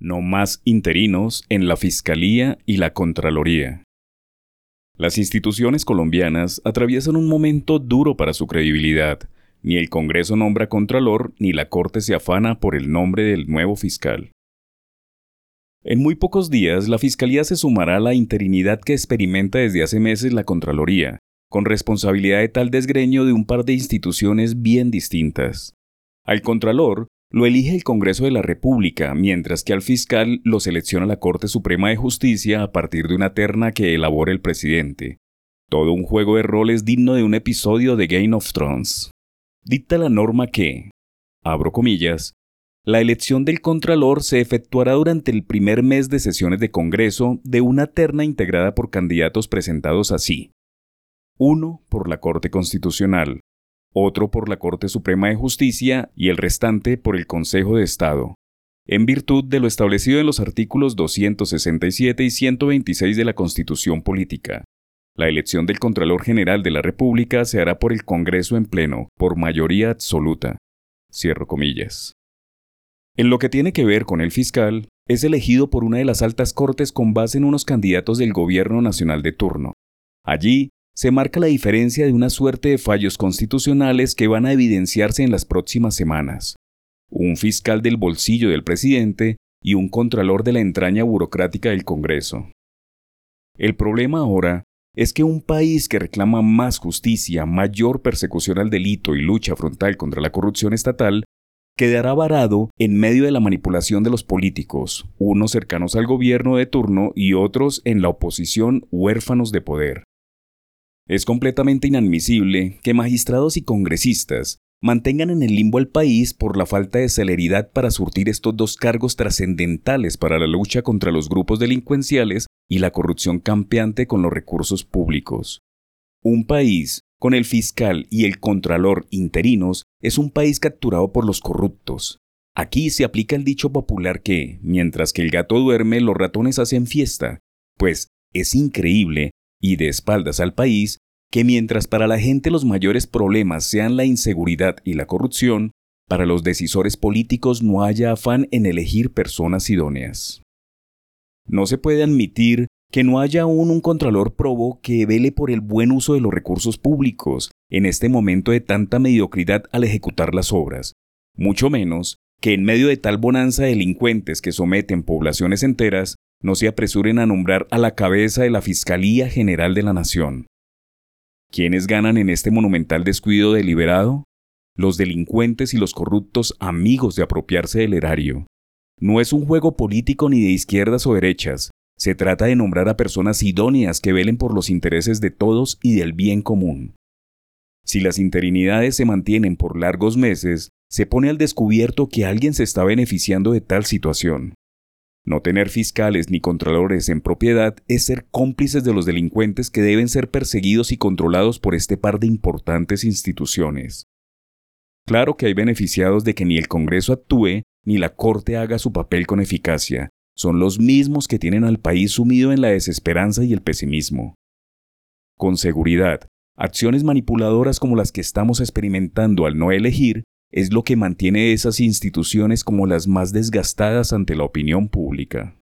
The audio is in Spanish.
No más interinos en la Fiscalía y la Contraloría. Las instituciones colombianas atraviesan un momento duro para su credibilidad. Ni el Congreso nombra contralor, ni la Corte se afana por el nombre del nuevo fiscal. En muy pocos días, la Fiscalía se sumará a la interinidad que experimenta desde hace meses la Contraloría, con responsabilidad de tal desgreño de un par de instituciones bien distintas. Al Contralor lo elige el Congreso de la República, mientras que al fiscal lo selecciona la Corte Suprema de Justicia a partir de una terna que elabora el presidente. Todo un juego de roles digno de un episodio de Game of Thrones. Dicta la norma que, abro comillas, la elección del Contralor se efectuará durante el primer mes de sesiones de Congreso de una terna integrada por candidatos presentados así. Uno por la Corte Constitucional, otro por la Corte Suprema de Justicia y el restante por el Consejo de Estado, en virtud de lo establecido en los artículos 267 y 126 de la Constitución Política. La elección del Contralor General de la República se hará por el Congreso en pleno, por mayoría absoluta. Cierro comillas. En lo que tiene que ver con el fiscal, es elegido por una de las altas cortes con base en unos candidatos del gobierno nacional de turno. Allí se marca la diferencia de una suerte de fallos constitucionales que van a evidenciarse en las próximas semanas. Un fiscal del bolsillo del presidente y un contralor de la entraña burocrática del Congreso. El problema ahora es que un país que reclama más justicia, mayor persecución al delito y lucha frontal contra la corrupción estatal, quedará varado en medio de la manipulación de los políticos, unos cercanos al gobierno de turno y otros en la oposición huérfanos de poder. Es completamente inadmisible que magistrados y congresistas mantengan en el limbo al país por la falta de celeridad para surtir estos dos cargos trascendentales para la lucha contra los grupos delincuenciales y la corrupción campeante con los recursos públicos. Un país con el fiscal y el contralor interinos es un país capturado por los corruptos. Aquí se aplica el dicho popular que, mientras que el gato duerme, los ratones hacen fiesta, pues es increíble, y de espaldas al país, que mientras para la gente los mayores problemas sean la inseguridad y la corrupción, para los decisores políticos no haya afán en elegir personas idóneas. No se puede admitir que no haya aún un contralor probo que vele por el buen uso de los recursos públicos en este momento de tanta mediocridad al ejecutar las obras, mucho menos que en medio de tal bonanza de delincuentes que someten poblaciones enteras, no se apresuren a nombrar a la cabeza de la Fiscalía General de la Nación. ¿Quiénes ganan en este monumental descuido deliberado? Los delincuentes y los corruptos amigos de apropiarse del erario. No es un juego político ni de izquierdas o derechas. Se trata de nombrar a personas idóneas que velen por los intereses de todos y del bien común. Si las interinidades se mantienen por largos meses, se pone al descubierto que alguien se está beneficiando de tal situación. No tener fiscales ni contralores en propiedad es ser cómplices de los delincuentes que deben ser perseguidos y controlados por este par de importantes instituciones. Claro que hay beneficiados de que ni el Congreso actúe ni la Corte haga su papel con eficacia. Son los mismos que tienen al país sumido en la desesperanza y el pesimismo. Con seguridad, acciones manipuladoras como las que estamos experimentando al no elegir es lo que mantiene esas instituciones como las más desgastadas ante la opinión pública.